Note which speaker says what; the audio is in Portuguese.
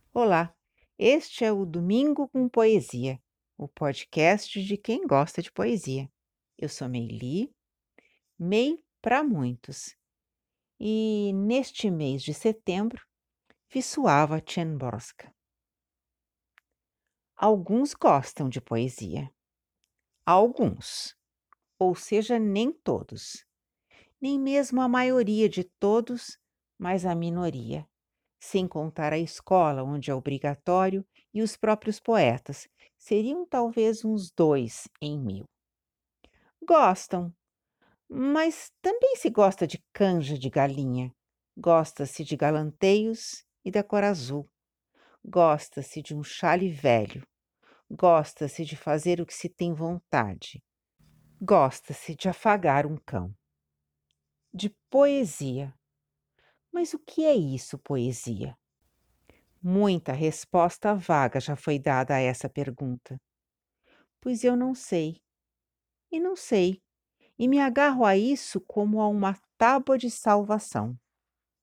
Speaker 1: Olá, este é o Domingo com Poesia, o podcast de quem gosta de poesia. Eu sou Meili, Mei para muitos, e neste mês de setembro, Wisława Szymborska. Alguns gostam de poesia, alguns, ou seja, nem todos, nem mesmo a maioria de todos, mas a minoria. Sem contar a escola, onde é obrigatório, e os próprios poetas, seriam talvez uns 2 em 1000. Gostam, mas também se gosta de canja de galinha, gosta-se de galanteios e da cor azul, gosta-se de um xale velho, gosta-se de fazer o que se tem vontade, gosta-se de afagar um cão. De poesia. Mas o que é isso, poesia? Muita resposta vaga já foi dada a essa pergunta, pois eu não sei, e não sei, e me agarro a isso como a uma tábua de salvação.